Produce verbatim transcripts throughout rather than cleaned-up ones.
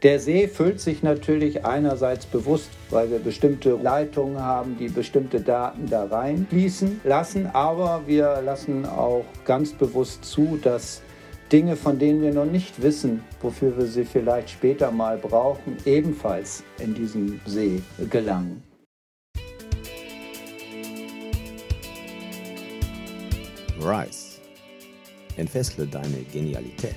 Der See füllt sich natürlich einerseits bewusst, weil wir bestimmte Leitungen haben, die bestimmte Daten da reinfließen lassen, aber wir lassen auch ganz bewusst zu, dass Dinge, von denen wir noch nicht wissen, wofür wir sie vielleicht später mal brauchen, ebenfalls in diesen See gelangen. Rise. Entfessle deine Genialität.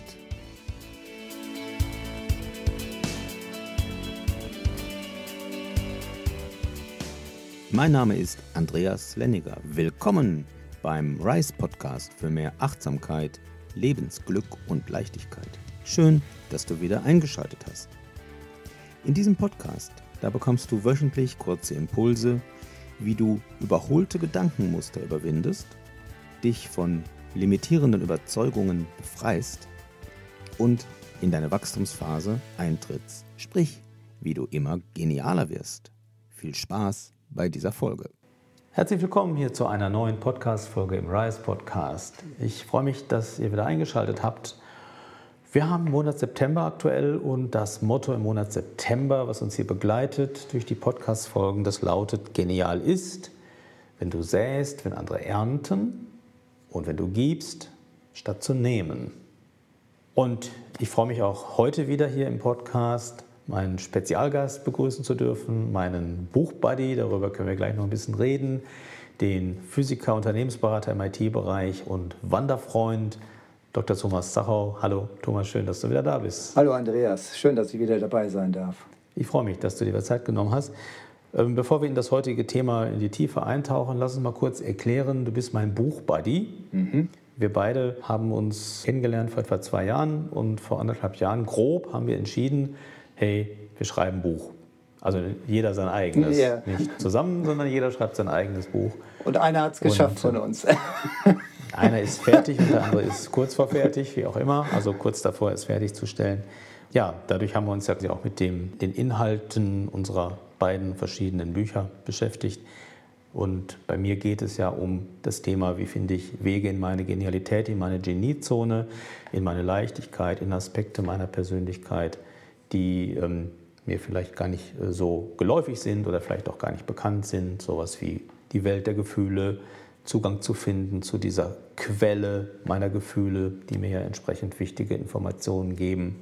Mein Name ist Andreas Lenniger. Willkommen beim Rise Podcast für mehr Achtsamkeit, Lebensglück und Leichtigkeit. Schön, dass du wieder eingeschaltet hast. In diesem Podcast, da bekommst du wöchentlich kurze Impulse, wie du überholte Gedankenmuster überwindest, dich von limitierenden Überzeugungen befreist und in deine Wachstumsphase eintrittst. Sprich, wie du immer genialer wirst. Viel Spaß bei dieser Folge. Herzlich willkommen hier zu einer neuen Podcast-Folge im Rise Podcast. Ich freue mich, dass ihr wieder eingeschaltet habt. Wir haben Monat September aktuell und das Motto im Monat September, was uns hier begleitet durch die Podcast-Folgen, das lautet: Genial ist, wenn du säst, wenn andere ernten und wenn du gibst, statt zu nehmen. Und ich freue mich auch heute wieder hier im Podcast meinen Spezialgast begrüßen zu dürfen, meinen Buchbuddy, darüber können wir gleich noch ein bisschen reden, den Physiker, Unternehmensberater im I T-Bereich und Wanderfreund Doktor Thomas Zachau. Hallo Thomas, schön, dass du wieder da bist. Hallo Andreas, schön, dass ich wieder dabei sein darf. Ich freue mich, dass du dir Zeit genommen hast. Bevor wir in das heutige Thema in die Tiefe eintauchen, lass uns mal kurz erklären, du bist mein Buchbuddy. Mhm. Wir beide haben uns kennengelernt vor etwa zwei Jahren und vor anderthalb Jahren grob haben wir entschieden, hey, wir schreiben ein Buch. Also jeder sein eigenes. Ja. Nicht zusammen, sondern jeder schreibt sein eigenes Buch. Und einer hat es geschafft von uns. Einer ist fertig und der andere ist kurz vor fertig, wie auch immer. Also kurz davor, es fertigzustellen. Ja, dadurch haben wir uns ja auch mit dem, den Inhalten unserer beiden verschiedenen Bücher beschäftigt. Und bei mir geht es ja um das Thema, wie finde ich Wege in meine Genialität, in meine Geniezone, in meine Leichtigkeit, in Aspekte meiner Persönlichkeit, die ähm, mir vielleicht gar nicht äh, so geläufig sind oder vielleicht auch gar nicht bekannt sind. Sowas wie die Welt der Gefühle, Zugang zu finden zu dieser Quelle meiner Gefühle, die mir ja entsprechend wichtige Informationen geben,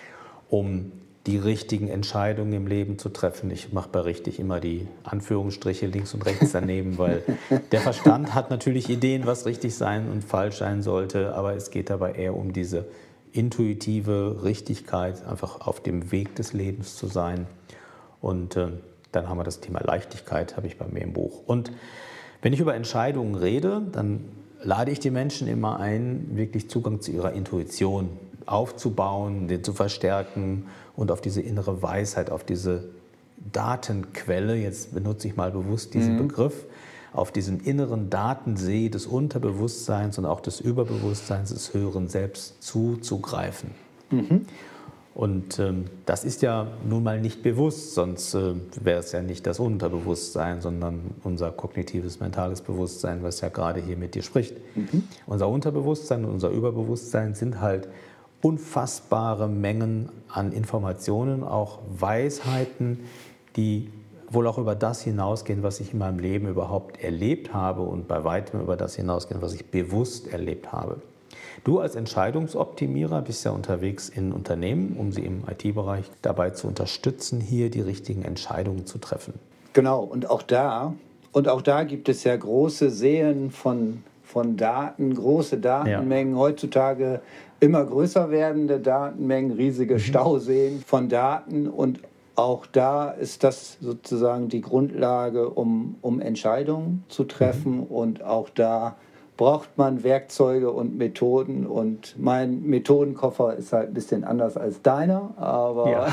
um die richtigen Entscheidungen im Leben zu treffen. Ich mache bei richtig immer die Anführungsstriche links und rechts daneben, weil der Verstand hat natürlich Ideen, was richtig sein und falsch sein sollte, aber es geht dabei eher um diese intuitive Richtigkeit, einfach auf dem Weg des Lebens zu sein. Und äh, dann haben wir das Thema Leichtigkeit, habe ich bei mir im Buch. Und wenn ich über Entscheidungen rede, dann lade ich die Menschen immer ein, wirklich Zugang zu ihrer Intuition aufzubauen, den zu verstärken und auf diese innere Weisheit, auf diese Datenquelle, jetzt benutze ich mal bewusst diesen mhm. Begriff, auf diesen inneren Datensee des Unterbewusstseins und auch des Überbewusstseins des höheren Selbst zuzugreifen. Mhm. Und ähm, das ist ja nun mal nicht bewusst, sonst äh, wäre es ja nicht das Unterbewusstsein, sondern unser kognitives, mentales Bewusstsein, was ja gerade hier mit dir spricht. Mhm. Unser Unterbewusstsein und unser Überbewusstsein sind halt unfassbare Mengen an Informationen, auch Weisheiten, die wohl auch über das hinausgehen, was ich in meinem Leben überhaupt erlebt habe und bei weitem über das hinausgehen, was ich bewusst erlebt habe. Du als Entscheidungsoptimierer bist ja unterwegs in Unternehmen, um sie im I T-Bereich dabei zu unterstützen, hier die richtigen Entscheidungen zu treffen. Genau, und auch da, und auch da gibt es ja große Seen von, von Daten, große Datenmengen, ja. Heutzutage immer größer werdende Datenmengen, riesige mhm. Stauseen von Daten, und auch da ist das sozusagen die Grundlage, um, um Entscheidungen zu treffen. Mhm. Und auch da braucht man Werkzeuge und Methoden. Und mein Methodenkoffer ist halt ein bisschen anders als deiner. Aber ja.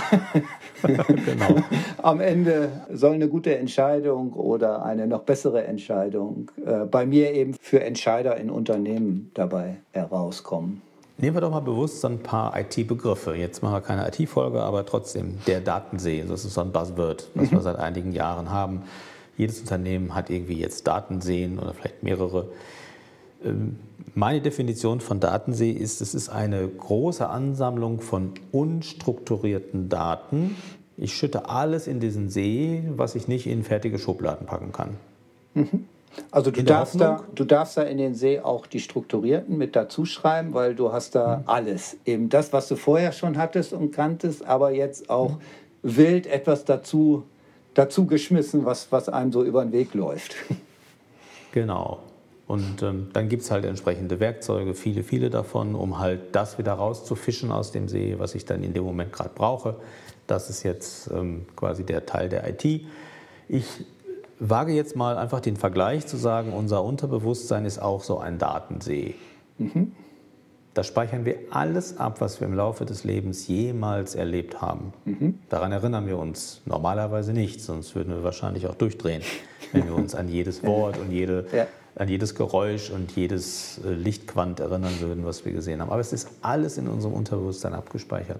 Genau. Am Ende soll eine gute Entscheidung oder eine noch bessere Entscheidung äh, bei mir eben für Entscheider in Unternehmen dabei herauskommen. Nehmen wir doch mal bewusst so ein paar I T-Begriffe. Jetzt machen wir keine I T-Folge, aber trotzdem der Datensee. Das ist so ein Buzzword, was mhm. wir seit einigen Jahren haben. Jedes Unternehmen hat irgendwie jetzt Datenseen oder vielleicht mehrere. Meine Definition von Datensee ist, es ist eine große Ansammlung von unstrukturierten Daten. Ich schütte alles in diesen See, was ich nicht in fertige Schubladen packen kann. Mhm. Also du darfst, da, du darfst da in den See auch die strukturierten mit dazu schreiben, weil du hast da mhm. alles. Eben das, was du vorher schon hattest und kanntest, aber jetzt auch mhm. wild etwas dazu, dazu geschmissen, was, was einem so über den Weg läuft. Genau. Und ähm, dann gibt es halt entsprechende Werkzeuge, viele, viele davon, um halt das wieder rauszufischen aus dem See, was ich dann in dem Moment gerade brauche. Das ist jetzt ähm, quasi der Teil der I T. Ich wage jetzt mal einfach den Vergleich zu sagen, unser Unterbewusstsein ist auch so ein Datensee. Mhm. Da speichern wir alles ab, was wir im Laufe des Lebens jemals erlebt haben. Mhm. Daran erinnern wir uns normalerweise nicht, sonst würden wir wahrscheinlich auch durchdrehen, wenn wir uns an jedes Wort und jede... Ja. an jedes Geräusch und jedes Lichtquant erinnern würden, was wir gesehen haben. Aber es ist alles in unserem Unterbewusstsein abgespeichert.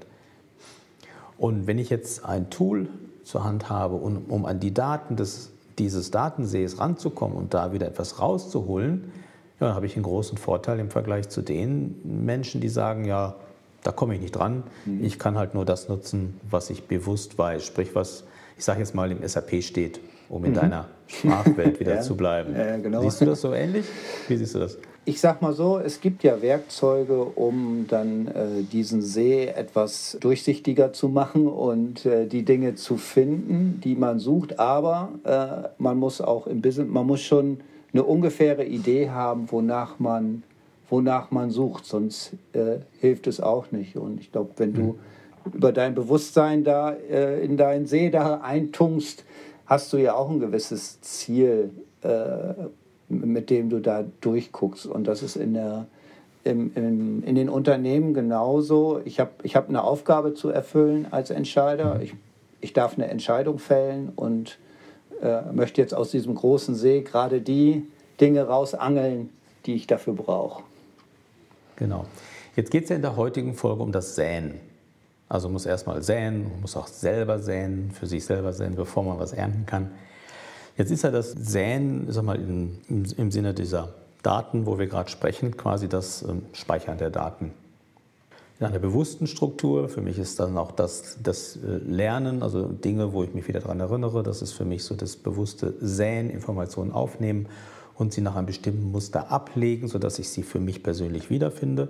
Und wenn ich jetzt ein Tool zur Hand habe, um, um an die Daten des, dieses Datensees ranzukommen und da wieder etwas rauszuholen, ja, dann habe ich einen großen Vorteil im Vergleich zu den Menschen, die sagen, ja, da komme ich nicht dran. Mhm. Ich kann halt nur das nutzen, was ich bewusst weiß. Sprich, was, ich sage jetzt mal, im S A P steht, um in mhm. deiner Sprachwelt wieder ja, zu bleiben. Ja, genau. Siehst du das so ähnlich? Wie siehst du das? Ich sag mal so, es gibt ja Werkzeuge, um dann äh, diesen See etwas durchsichtiger zu machen und äh, die Dinge zu finden, die man sucht. Aber äh, man muss auch im Business, man muss schon eine ungefähre Idee haben, wonach man, wonach man sucht. Sonst äh, hilft es auch nicht. Und ich glaube, wenn du mhm. über dein Bewusstsein da äh, in deinen See da eintunkst, hast du ja auch ein gewisses Ziel, äh, mit dem du da durchguckst. Und das ist in, der, im, im, in den Unternehmen genauso. Ich habe ich hab eine Aufgabe zu erfüllen als Entscheider. Ich, ich darf eine Entscheidung fällen und äh, möchte jetzt aus diesem großen See gerade die Dinge rausangeln, die ich dafür brauche. Genau. Jetzt geht es ja in der heutigen Folge um das Säen. Also man muss erstmal säen, man muss auch selber säen, für sich selber säen, bevor man was ernten kann. Jetzt ist ja das Säen, sag mal, im, im, im Sinne dieser Daten, wo wir gerade sprechen, quasi das ähm, Speichern der Daten. In einer bewussten Struktur, für mich ist dann auch das, das äh, Lernen, also Dinge, wo ich mich wieder daran erinnere, das ist für mich so das bewusste Säen, Informationen aufnehmen und sie nach einem bestimmten Muster ablegen, sodass ich sie für mich persönlich wiederfinde.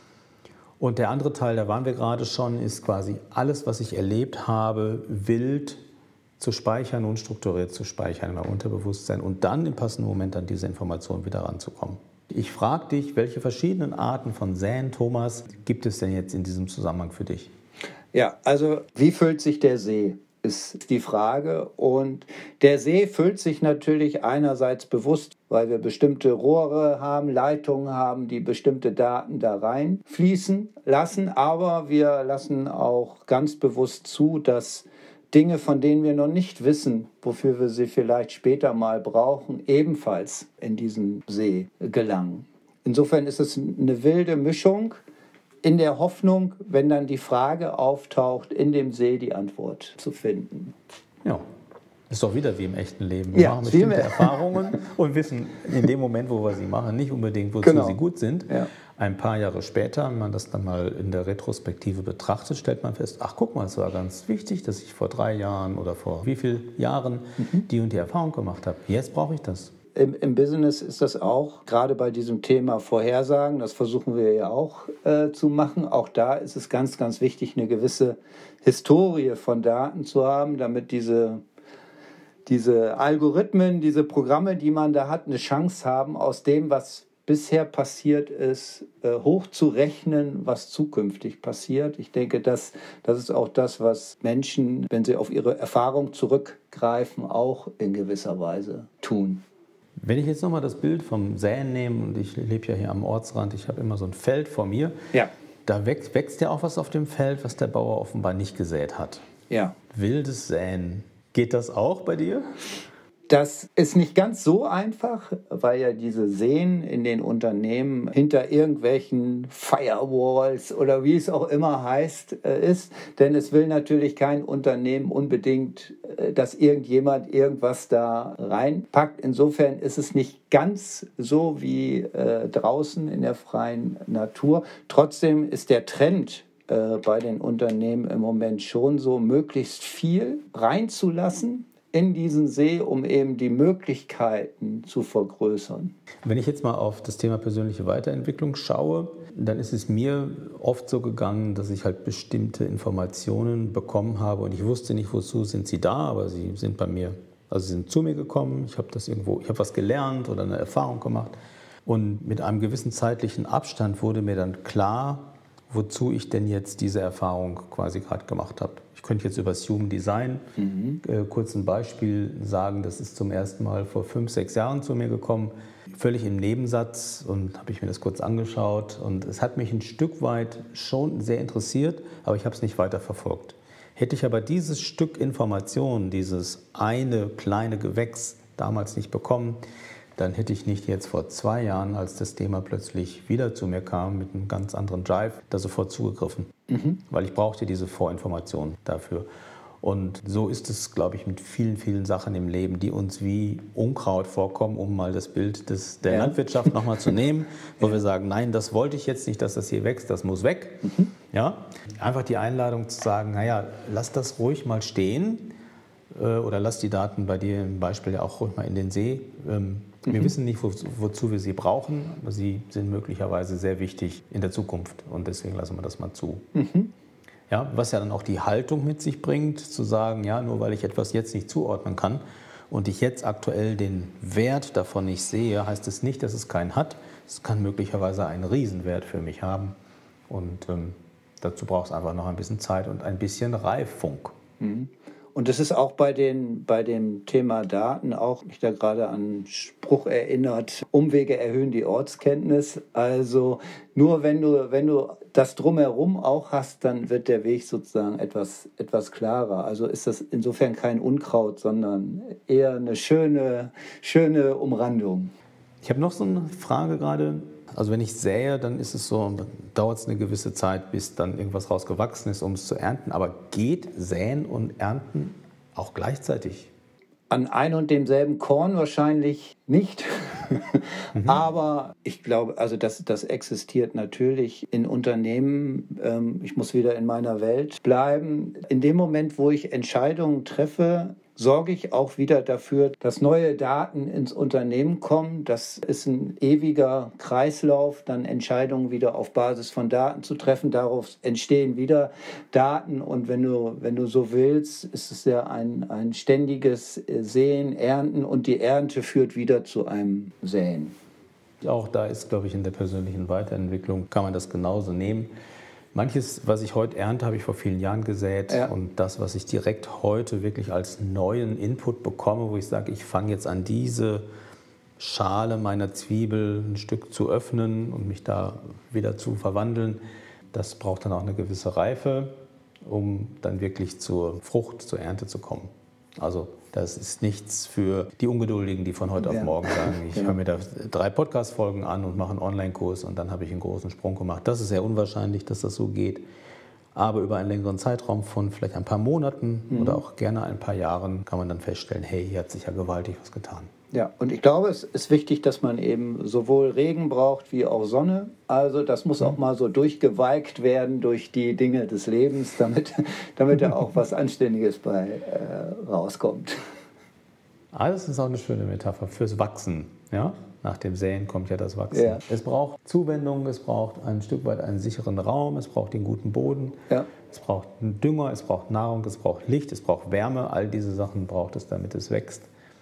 Und der andere Teil, da waren wir gerade schon, ist quasi alles, was ich erlebt habe, wild zu speichern und strukturiert zu speichern in meinem Unterbewusstsein und dann im passenden Moment an diese Information wieder ranzukommen. Ich frage dich, welche verschiedenen Arten von Säen, Thomas, gibt es denn jetzt in diesem Zusammenhang für dich? Ja, also wie füllt sich der See, ist die Frage. Und der See füllt sich natürlich einerseits bewusst, weil wir bestimmte Rohre haben, Leitungen haben, die bestimmte Daten da reinfließen lassen. Aber wir lassen auch ganz bewusst zu, dass Dinge, von denen wir noch nicht wissen, wofür wir sie vielleicht später mal brauchen, ebenfalls in diesen See gelangen. Insofern ist es eine wilde Mischung in der Hoffnung, wenn dann die Frage auftaucht, in dem See die Antwort zu finden. Ja, ist doch wieder wie im echten Leben. Wir ja, machen bestimmte Erfahrungen und wissen in dem Moment, wo wir sie machen, nicht unbedingt, wozu genau. sie gut sind. Ja. Ein paar Jahre später, wenn man das dann mal in der Retrospektive betrachtet, stellt man fest, ach guck mal, es war ganz wichtig, dass ich vor drei Jahren oder vor wie vielen Jahren mhm. die und die Erfahrung gemacht habe. Jetzt brauche ich das. Im, Im Business ist das auch, gerade bei diesem Thema Vorhersagen, das versuchen wir ja auch äh, zu machen. Auch da ist es ganz, ganz wichtig, eine gewisse Historie von Daten zu haben, damit diese, diese Algorithmen, diese Programme, die man da hat, eine Chance haben, aus dem, was bisher passiert ist, hochzurechnen, was zukünftig passiert. Ich denke, das, das ist auch das, was Menschen, wenn sie auf ihre Erfahrung zurückgreifen, auch in gewisser Weise tun. Wenn ich jetzt nochmal das Bild vom Säen nehme, und ich lebe ja hier am Ortsrand, ich habe immer so ein Feld vor mir, ja. da wächst, wächst ja auch was auf dem Feld, was der Bauer offenbar nicht gesät hat. Ja. Wildes Säen. Geht das auch bei dir? Das ist nicht ganz so einfach, weil ja diese Seen in den Unternehmen hinter irgendwelchen Firewalls oder wie es auch immer heißt, ist. Denn es will natürlich kein Unternehmen unbedingt, dass irgendjemand irgendwas da reinpackt. Insofern ist es nicht ganz so wie äh, draußen in der freien Natur. Trotzdem ist der Trend äh, bei den Unternehmen im Moment schon so, möglichst viel reinzulassen in diesen See, um eben die Möglichkeiten zu vergrößern. Wenn ich jetzt mal auf das Thema persönliche Weiterentwicklung schaue, dann ist es mir oft so gegangen, dass ich halt bestimmte Informationen bekommen habe und ich wusste nicht, wozu sind sie da, aber sie sind bei mir, also sie sind zu mir gekommen, ich habe das irgendwo, ich habe was gelernt oder eine Erfahrung gemacht und mit einem gewissen zeitlichen Abstand wurde mir dann klar, wozu ich denn jetzt diese Erfahrung quasi gerade gemacht habe. Ich könnte jetzt über das Human Design mhm. äh, kurz ein Beispiel sagen. Das ist zum ersten Mal vor fünf, sechs Jahren zu mir gekommen, völlig im Nebensatz, und habe ich mir das kurz angeschaut. Und es hat mich ein Stück weit schon sehr interessiert, aber ich habe es nicht weiter verfolgt. Hätte ich aber dieses Stück Information, dieses eine kleine Gewächs damals nicht bekommen, dann hätte ich nicht jetzt vor zwei Jahren, als das Thema plötzlich wieder zu mir kam, mit einem ganz anderen Drive, da sofort zugegriffen. Mhm. Weil ich brauchte diese Vorinformation dafür. Und so ist es, glaube ich, mit vielen, vielen Sachen im Leben, die uns wie Unkraut vorkommen, um mal das Bild des, der ja. Landwirtschaft nochmal zu nehmen, wo ja. wir sagen, nein, das wollte ich jetzt nicht, dass das hier wächst, das muss weg. Mhm. Ja? Einfach die Einladung zu sagen, naja, lass das ruhig mal stehen äh, oder lass die Daten bei dir im Beispiel ja auch ruhig mal in den See. Ähm, Wir mhm. wissen nicht, wo, wozu wir sie brauchen, aber sie sind möglicherweise sehr wichtig in der Zukunft und deswegen lassen wir das mal zu. Mhm. Ja, was ja dann auch die Haltung mit sich bringt, zu sagen, ja, nur weil ich etwas jetzt nicht zuordnen kann und ich jetzt aktuell den Wert davon nicht sehe, heißt es nicht, dass es keinen hat. Es kann möglicherweise einen Riesenwert für mich haben und ähm, dazu braucht es einfach noch ein bisschen Zeit und ein bisschen Reifung. Mhm. Und das ist auch bei, den, bei dem Thema Daten auch, mich da gerade an einen Spruch erinnert, Umwege erhöhen die Ortskenntnis. Also nur wenn du, wenn du das Drumherum auch hast, dann wird der Weg sozusagen etwas, etwas klarer. Also ist das insofern kein Unkraut, sondern eher eine schöne, schöne Umrandung. Ich habe noch so eine Frage gerade. Also wenn ich sähe, dann ist es so, dann dauert es eine gewisse Zeit, bis dann irgendwas rausgewachsen ist, um es zu ernten. Aber geht Säen und Ernten auch gleichzeitig? An ein und demselben Korn wahrscheinlich nicht. mhm. Aber ich glaube, also das, das existiert natürlich in Unternehmen. Ähm, ich muss wieder in meiner Welt bleiben. In dem Moment, wo ich Entscheidungen treffe, sorge ich auch wieder dafür, dass neue Daten ins Unternehmen kommen. Das ist ein ewiger Kreislauf, dann Entscheidungen wieder auf Basis von Daten zu treffen. Daraus entstehen wieder Daten. Und wenn du, wenn du so willst, ist es ja ein, ein ständiges Säen, Ernten und die Ernte führt wieder zu einem Säen. Auch da ist, glaube ich, in der persönlichen Weiterentwicklung kann man das genauso nehmen. Manches, was ich heute ernte, habe ich vor vielen Jahren gesät. Ja. Und das, was ich direkt heute wirklich als neuen Input bekomme, wo ich sage, ich fange jetzt an, diese Schale meiner Zwiebel ein Stück zu öffnen und mich da wieder zu verwandeln, das braucht dann auch eine gewisse Reife, um dann wirklich zur Frucht, zur Ernte zu kommen. Also das ist nichts für die Ungeduldigen, die von heute ja. auf morgen sagen, ich ja. höre mir da drei Podcast-Folgen an und mache einen Online-Kurs und dann habe ich einen großen Sprung gemacht. Das ist sehr unwahrscheinlich, dass das so geht. Aber über einen längeren Zeitraum von vielleicht ein paar Monaten mhm. oder auch gerne ein paar Jahren kann man dann feststellen, hey, hier hat sich ja gewaltig was getan. Ja, und ich glaube, es ist wichtig, dass man eben sowohl Regen braucht wie auch Sonne. Also das muss auch mal so durchgeweigt werden durch die Dinge des Lebens, damit, damit da auch was Anständiges bei äh, rauskommt. Ah, das ist auch eine schöne Metapher fürs Wachsen. Ja? Nach dem Säen kommt ja das Wachsen. Ja. Es braucht Zuwendung, es braucht ein Stück weit einen sicheren Raum, es braucht den guten Boden, ja. es braucht einen Dünger, es braucht Nahrung, es braucht Licht, es braucht Wärme. All diese Sachen braucht es, damit es wächst.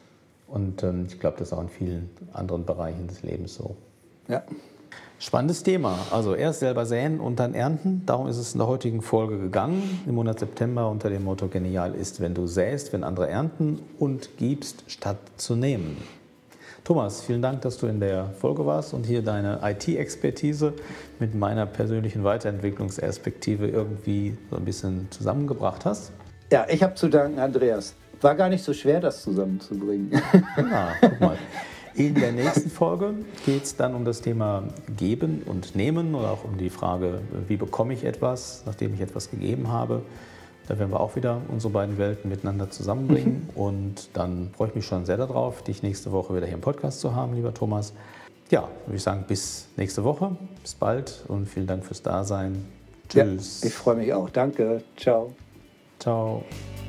Und ähm, ich glaube, das ist auch in vielen anderen Bereichen des Lebens so. Ja. Spannendes Thema. Also erst selber säen und dann ernten. Darum ist es in der heutigen Folge gegangen. Im Monat September unter dem Motto Genial ist, wenn du säst, wenn andere ernten und gibst, statt zu nehmen. Thomas, vielen Dank, dass du in der Folge warst und hier deine I T-Expertise mit meiner persönlichen Weiterentwicklungsperspektive irgendwie so ein bisschen zusammengebracht hast. Ja, ich habe zu danken, Andreas. war gar nicht so schwer, das zusammenzubringen. Na, guck mal. In der nächsten Folge geht es dann um das Thema Geben und Nehmen oder auch um die Frage, wie bekomme ich etwas, nachdem ich etwas gegeben habe. Da werden wir auch wieder unsere beiden Welten miteinander zusammenbringen. Mhm. Und dann freue ich mich schon sehr darauf, dich nächste Woche wieder hier im Podcast zu haben, lieber Thomas. Ja, würde ich sagen, bis nächste Woche. Bis bald und vielen Dank fürs Dasein. Tschüss. Ja, ich freue mich auch. Danke. Ciao. Ciao.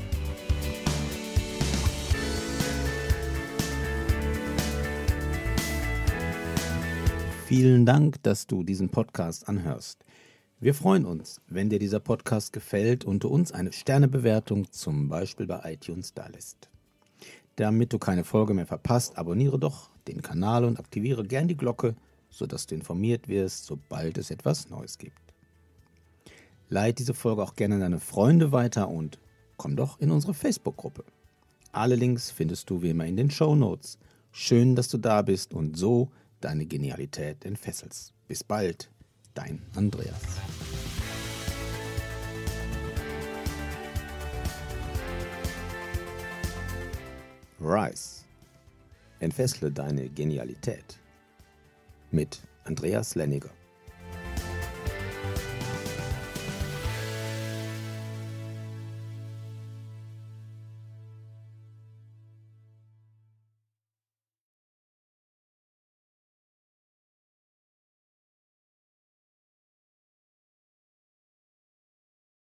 Vielen Dank, dass du diesen Podcast anhörst. Wir freuen uns, wenn dir dieser Podcast gefällt und du uns eine Sternebewertung zum Beispiel bei iTunes dalässt. Damit du keine Folge mehr verpasst, abonniere doch den Kanal und aktiviere gern die Glocke, sodass du informiert wirst, sobald es etwas Neues gibt. Leite diese Folge auch gerne an deine Freunde weiter und komm doch in unsere Facebook-Gruppe. Alle Links findest du wie immer in den Shownotes. Schön, dass du da bist und so deine Genialität entfesselst. Bis bald, dein Andreas. Rise. Entfessle deine Genialität mit Andreas Lenniger.